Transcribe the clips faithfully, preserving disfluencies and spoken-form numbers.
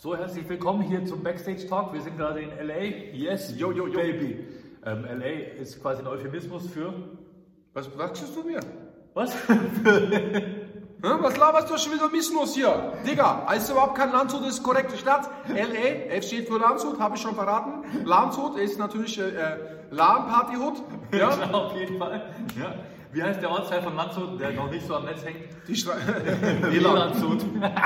So, herzlich willkommen hier zum Backstage Talk. Wir sind gerade in L A. Yes, yo, yo, yo. Baby. Ähm, L A ist quasi ein Euphemismus für... Was sagst du mir? Was? Hm, was laberst du schon wieder Missnuss hier? Digga, heißt überhaupt kein Landshut, ist korrekte Stadt. L A, F steht für Landshut, habe ich schon verraten. Landshut ist natürlich äh, LAN-Party-Hut. Ja? Ja, auf jeden Fall. Ja. Wie heißt der Ortsteil von Landshut, der noch nicht so am Netz hängt? Die Stra Landshut.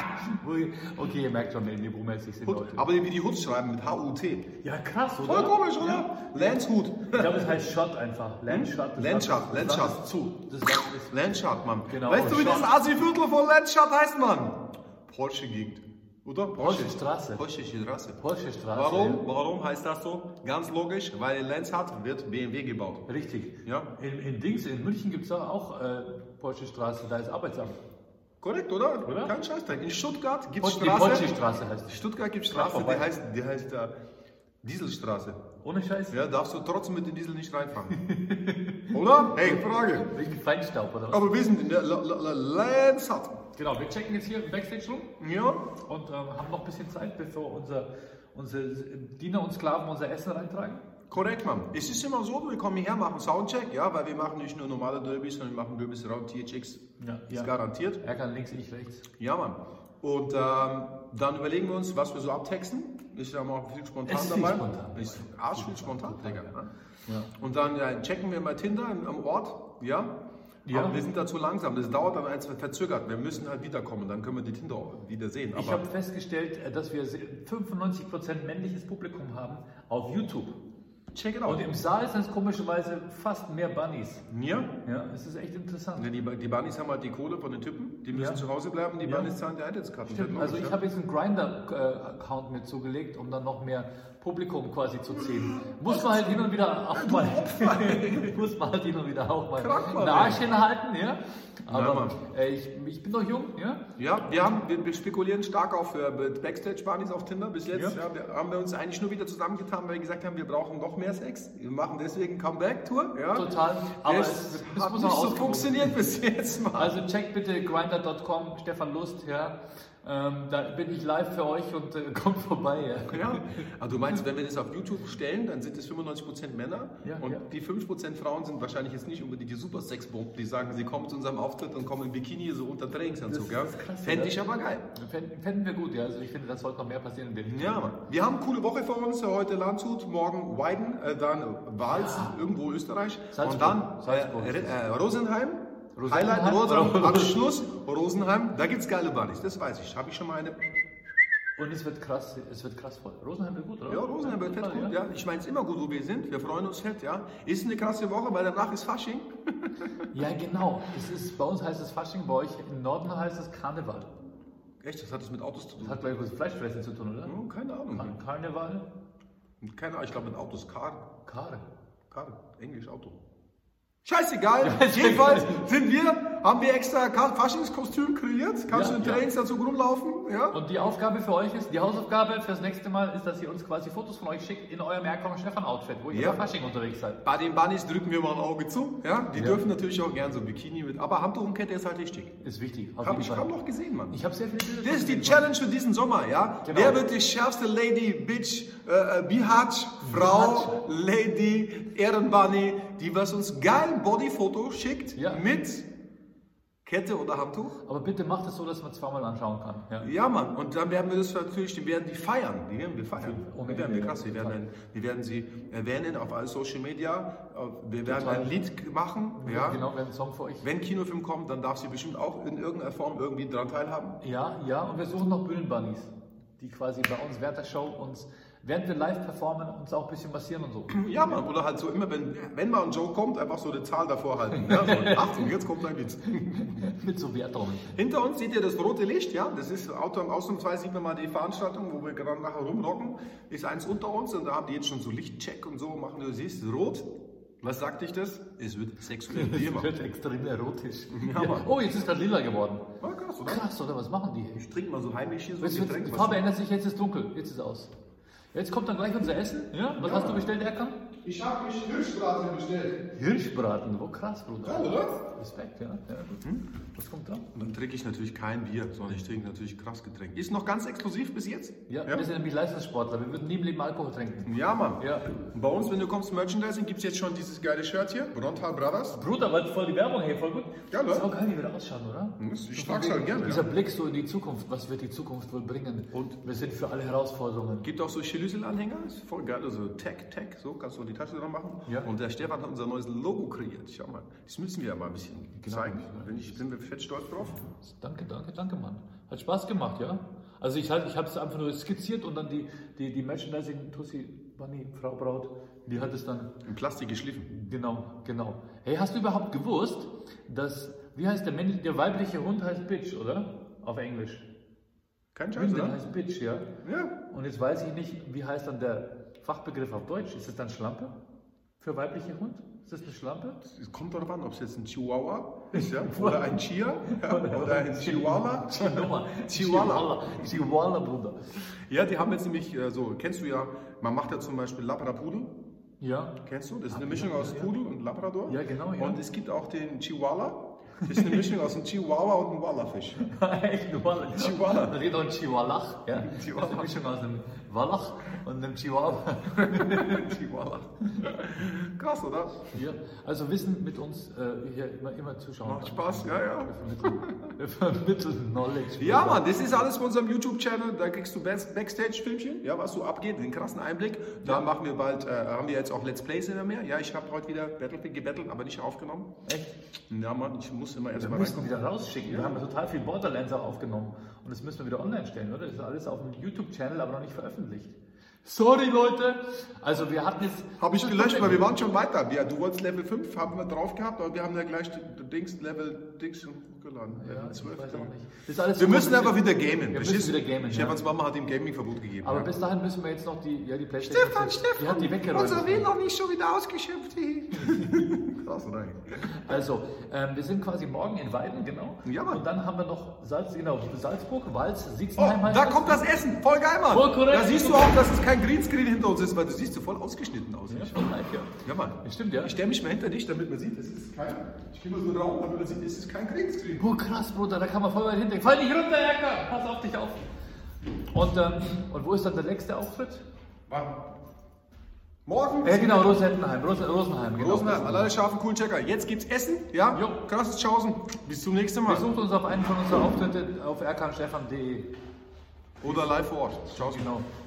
Okay, ihr merkt schon, wie brummelsig sind Leute. Aber wie die Hut schreiben, mit H U T. Ja, krass, oder? Voll komisch, oder? Ja. Landshut. Ich glaube, es heißt Shot einfach. Landshut. Landshut, Landshut. Das ist zu. Das ist Landshut, Mann. Genau. Weißt du, wie das Asi-Viertel von Landshut heißt, Mann? Porsche-Gegend. Oder? Porsche Straße. Porsche Straße. Porsche Straße. Warum? Ja. Warum heißt das so? Ganz logisch, weil in Landshut wird B M W gebaut. Richtig. Ja. In, in Dings, in München gibt es auch äh, Porsche Straße, da ist Arbeitsamt. Korrekt, oder? Oder? Kein Scheißdreck. In Stuttgart gibt es Porsche, Straße. die Porsche Straße heißt In die. Stuttgart gibt es Straße, die heißt, die heißt äh, Dieselstraße. Ohne Scheiß? Ja, darfst du trotzdem mit dem Diesel nicht reinfahren. Oder? Hey, Frage. Wegen Feinstaub oder was? Aber wir sind in der Landshut. Genau, wir checken jetzt hier im Backstage rum Ja. und äh, haben noch ein bisschen Zeit, bevor unser, unsere Diener und Sklaven unser Essen reintragen. Korrekt, Mann. Es ist immer so, wir kommen hierher, machen Soundcheck, ja, weil wir machen nicht nur normale Derbys, sondern wir machen Derbys Raum T H X. Ja, Ist ja. garantiert. Er kann links, ich rechts. Ja, Mann. Und ähm, dann überlegen wir uns, was wir so abtexten. Ist ja mal viel spontan Ist viel dabei. spontan. Ist arsch viel spontan, Digga. Ne? Ja. Und dann ja, checken wir mal Tinder am am Ort, ja. Ja. Aber wir sind da zu langsam. Das dauert aber eins verzögert. Wir müssen halt wiederkommen, dann können wir die Tinder auch wieder sehen. Ich Aber habe festgestellt, äh, dass wir fünfundneunzig Prozent männliches Publikum haben auf YouTube. check it out. Und im Saal sind es komischerweise fast mehr Bunnies. Ja? Ja, es ist echt interessant. Ja, die, die Bunnies haben halt die Kohle von den Typen, die müssen Ja. zu Hause bleiben, die Ja. Bunnies zahlen die Eintrittskarten. Stimmt, Logisch, also ich ja. habe jetzt einen Grinder-Account mir zugelegt, um dann noch mehr Publikum quasi zu ziehen. Muss man halt hin und wieder auch mal, muss man halt hin und wieder auch mal Krank, Mann, einen Arsch hinhalten, ja. Aber Mann. äh, ich, ich bin noch jung, ja. Ja, wir, haben, wir, wir spekulieren stark auf äh, Backstage-Partys auf Tinder bis jetzt. Ja. Ja. wir, haben wir uns eigentlich nur wieder zusammengetan, weil wir gesagt haben, wir brauchen noch mehr Sex. Wir machen deswegen Comeback-Tour. Ja. Total. Aber Das es, es hat muss nicht auch so ausgewogen funktioniert bis jetzt mal. Also checkt bitte grinder punkt com, Stefan Lust, ja. Ähm, da bin ich live für euch und äh, kommt vorbei. Ja. Ja, aber du meinst, wenn wir das auf YouTube stellen, dann sind es fünfundneunzig Prozent Männer Ja, und ja. die fünf Prozent Frauen sind wahrscheinlich jetzt nicht unbedingt die super Sexbomben, die sagen, sie kommen zu unserem Auftritt und kommen im Bikini so unter Trainingsanzug. Das Ja? ist krass, Fände oder? ich aber geil. Fänden, fänden wir gut, ja. Also ich finde, das sollte noch mehr passieren in dem. Ja, Mann. Wir haben eine coole Woche vor uns. Heute Landshut, morgen Weiden, äh, dann Wals, irgendwo Österreich. Salzburg. Und dann Salzburg. äh, äh, Rosenheim. Rosenheim? Highlight, Rosenheim, Rosenheim. Abschluss, Rosenheim. Da gibt es geile Bunnies, das weiß ich. Habe ich schon mal eine. Und es wird krass, es wird krass voll. Rosenheim wird gut, oder? Ja, Rosenheim wird fett gut. Ja. Ich meine es immer gut, wo wir sind. Wir freuen uns fett. Ja. Ist eine krasse Woche, weil danach ist Fasching. Ja, genau. Es ist, bei uns heißt es Fasching, bei euch im Norden heißt es Karneval. Echt, das hat das mit Autos zu Das tun? hat gleich was mit Fleischfressen zu tun, oder? Oh, keine Ahnung. Kar Karneval? Keine Ahnung, ich glaube mit Autos. Car. Karre. Car. Englisch Auto. Scheißegal. Jedenfalls sind wir, haben wir extra Faschingskostüm kreiert. Kannst Ja, du in ja. Trainings dazu rumlaufen? Ja. Und die Aufgabe für euch ist, die Hausaufgabe fürs nächste Mal ist, dass ihr uns quasi Fotos von euch schickt in eurem Erkon Stefan Outfit, wo ihr Ja. bei Fasching unterwegs seid. Bei den Bunnies drücken wir mal ein Auge zu. Ja. Die Ja. dürfen natürlich auch gern so Bikini mit. Aber Handtuch und Kette ist halt wichtig. Ist wichtig. Auf Hab jeden ich Fall. kaum noch gesehen, Mann. Ich habe sehr viele Bilder Das ist die gesehen. Challenge für diesen Sommer, ja? Genau. Wer wird die schärfste Lady, Bitch, äh, äh, Bihatch, Frau, Lady, Ehrenbunny, die was uns geil Bodyfoto schickt Ja. mit Kette oder Handtuch? Aber bitte macht es so, dass man zweimal anschauen kann. Ja. Ja, Mann. Und dann werden wir das natürlich, die werden die feiern. Die werden wir feiern. Ohne Die werden wir Ende, krass. Wir ja. werden, wir werden sie erwähnen auf all Social Media. Wir werden Total. ein Lied machen. Ja. Genau, wir haben einen Song für euch. Wenn Kinofilm kommt, dann darf sie bestimmt auch in irgendeiner Form irgendwie daran teilhaben. Ja, ja, und wir suchen noch Bühnenbunnies, die quasi bei uns während der Show uns, während wir live performen, uns auch ein bisschen massieren und so. Ja, Mann, oder halt so immer, wenn, wenn mal ein Joke kommt, einfach so eine Zahl davor halten. Ja, so, Achtung, jetzt kommt ein Witz. Mit so Wertraumen. Hinter uns seht ihr das rote Licht, ja, das ist Auto ausnahmsweise sieht man mal die Veranstaltung, wo wir gerade nachher rumrocken, ist eins unter uns und da haben die jetzt schon so Lichtcheck und so, machen du siehst, rot. Was sagt dich das? Es wird sexuell wie immer. Das wird extrem erotisch. Ja, Ja. Mann. Oh, jetzt ist gerade lila geworden. Ja, krass, oder? Krass, oder? Was machen die? Ich trinke mal so heimlich hier so ein Jetzt wird, Getränk. die was- Farbe ändert sich, jetzt ist dunkel, jetzt ist aus. Jetzt kommt dann gleich unser Essen. Ja? Was Ja. hast du bestellt, Erkan? Ich habe mich Hirschbraten bestellt. Hirschbraten, wo krass, Bruder. Ja, oder? Respekt, ja. ja gut. Hm? Was kommt da? Und dann trinke ich natürlich kein Bier, sondern ich trinke natürlich krass Getränk. Ist noch ganz exklusiv bis jetzt? Ja, ja. wir sind nämlich Leistungssportler. Wir würden nie im Leben Alkohol trinken. Ja, Mann. Ja. Und bei uns, wenn du kommst zum Merchandising, gibt es jetzt schon dieses geile Shirt hier. Brontal Brothers. Bruder, war voll die Werbung hier, voll gut. Ja, ne? Das ist auch geil, wie wir da ausschauen, oder? Ich trage es halt gerne. Dieser Ja. Blick so in die Zukunft, was wird die Zukunft wohl bringen? Und? Wir sind für alle Herausforderungen. Gibt auch so Schlüsselanhänger, ist voll geil. Also Tech, Tech, so kannst du die Tasche dran machen. Ja. Und der Stefan hat unser neues Logo kreiert. Schau mal, das müssen wir ja mal ein bisschen Genau. zeigen. Bin ich, sind wir fett stolz drauf. Danke, danke, danke, Mann. Hat Spaß gemacht, ja? Also ich, halt, ich habe es einfach nur skizziert und dann die, die, die Merchandising-Tussi, Bunny, Frau Braut, die hat es dann... In Plastik geschliffen. Genau, genau. Hey, hast du überhaupt gewusst, dass, wie heißt der männliche, der weibliche Hund heißt Bitch, oder? Auf Englisch. Kein Scheiß, Hündin oder? heißt Bitch, ja? Ja. Und jetzt weiß ich nicht, wie heißt dann der Fachbegriff auf Deutsch? Ist es dann Schlampe? Für weibliche Hund? Ist das eine Schlampe? Es kommt darauf an, ob es jetzt ein Chihuahua ist, ja? Oder ein Chia, ja? Oder ein Chihuahua. Chihuahua. Chihuahua. Chihuahua, Bruder. Ja, die haben jetzt nämlich, äh, so, kennst du ja, man macht ja zum Beispiel Labrador-Pudel. Ja. Kennst du? Das ist eine Mischung aus Pudel und Labrador. Ja, genau, ja. Und es gibt auch den Chihuahua. Das ist eine Mischung aus einem Chihuahua und einem Wallafisch. Echt, ein Wallach. Chihuahua. Da geht noch ein Chihuahua. Ja. Chihuahua. Das ist eine Mischung aus einem Wallach und einem Chihuahua. Chihuahua. Krass, oder? Ja. Also Wissen mit uns äh, hier immer, immer zuschauen. Macht Spaß, ja, ja. Wir vermitteln, wir vermitteln Knowledge. Ja, Mann, das ist alles von unserem YouTube-Channel. Da kriegst du Backstage-Filmchen, ja, was so abgeht, den krassen Einblick. Da machen wir bald, äh, haben wir jetzt auch Let's Plays immer mehr. Ja, ich habe heute wieder Battlefield gebettelt, aber nicht aufgenommen. Echt? Ja, Mann, ich muss immer erst Wir mal müssen reinkommen. wieder rausschicken. Wir haben ja total viel Borderlands auch aufgenommen. Und das müssen wir wieder online stellen, oder? Das ist alles auf dem YouTube-Channel, aber noch nicht veröffentlicht. Sorry, Leute. Also wir hatten jetzt... Habe ich gelöscht, weil wir waren schon weiter. Ja, du wolltest Level fünf, haben wir drauf gehabt, aber wir haben ja gleich die Dings, Level Dings schon hochgeladen. Ja, Level ich zwölf. weiß auch nicht. Das ist alles Wir so müssen kompliziert. einfach wieder gamen. Wir verstehst müssen du? wieder gamen, ja. Stefans Mama hat ihm Gaming-Verbot gegeben. Aber ja. bis dahin müssen wir jetzt noch die, ja, die Playstation... Stefan, Stefan, Die hat die weggeräumt. unser W L A N ist schon wieder ausgeschöpft. Krass, oder? Also, ähm, wir sind quasi morgen in Weiden, genau. Ja, Mann. Und dann haben wir noch Salz, genau, Salzburg, Walz, Oh, Sitzenheim heißt da kommt das Essen. Voll geil, Mann. Voll korrekt. Da siehst du auch, dass es kein Greenscreen hinter uns ist, weil du siehst so voll ausgeschnitten aus. Ja, schon live, ja. Ja, Mann. Ja, stimmt, ja. Ich stelle mich mal hinter dich, damit man sieht, es ist kein. Ich gehe mal so in den Raum, damit man sieht, es ist kein Greenscreen. Oh, krass, Bruder, da kann man voll weit hinten. Fall nicht runter, Erker! Pass auf dich auf. Und, ähm, und wo ist dann der nächste Auftritt? Wann? Morgen? Ja, genau, Rosenheim. Ros Rosenheim, genau. Rosenheim, alle scharfen coolen Checker. Jetzt gibt's Essen, ja? Jo. Krasses Tschaußen. Bis zum nächsten Mal. Besucht uns auf einen von unseren Auftritten auf erkanstefan punkt de. Oder live vor Ort. Tschaußen. Genau.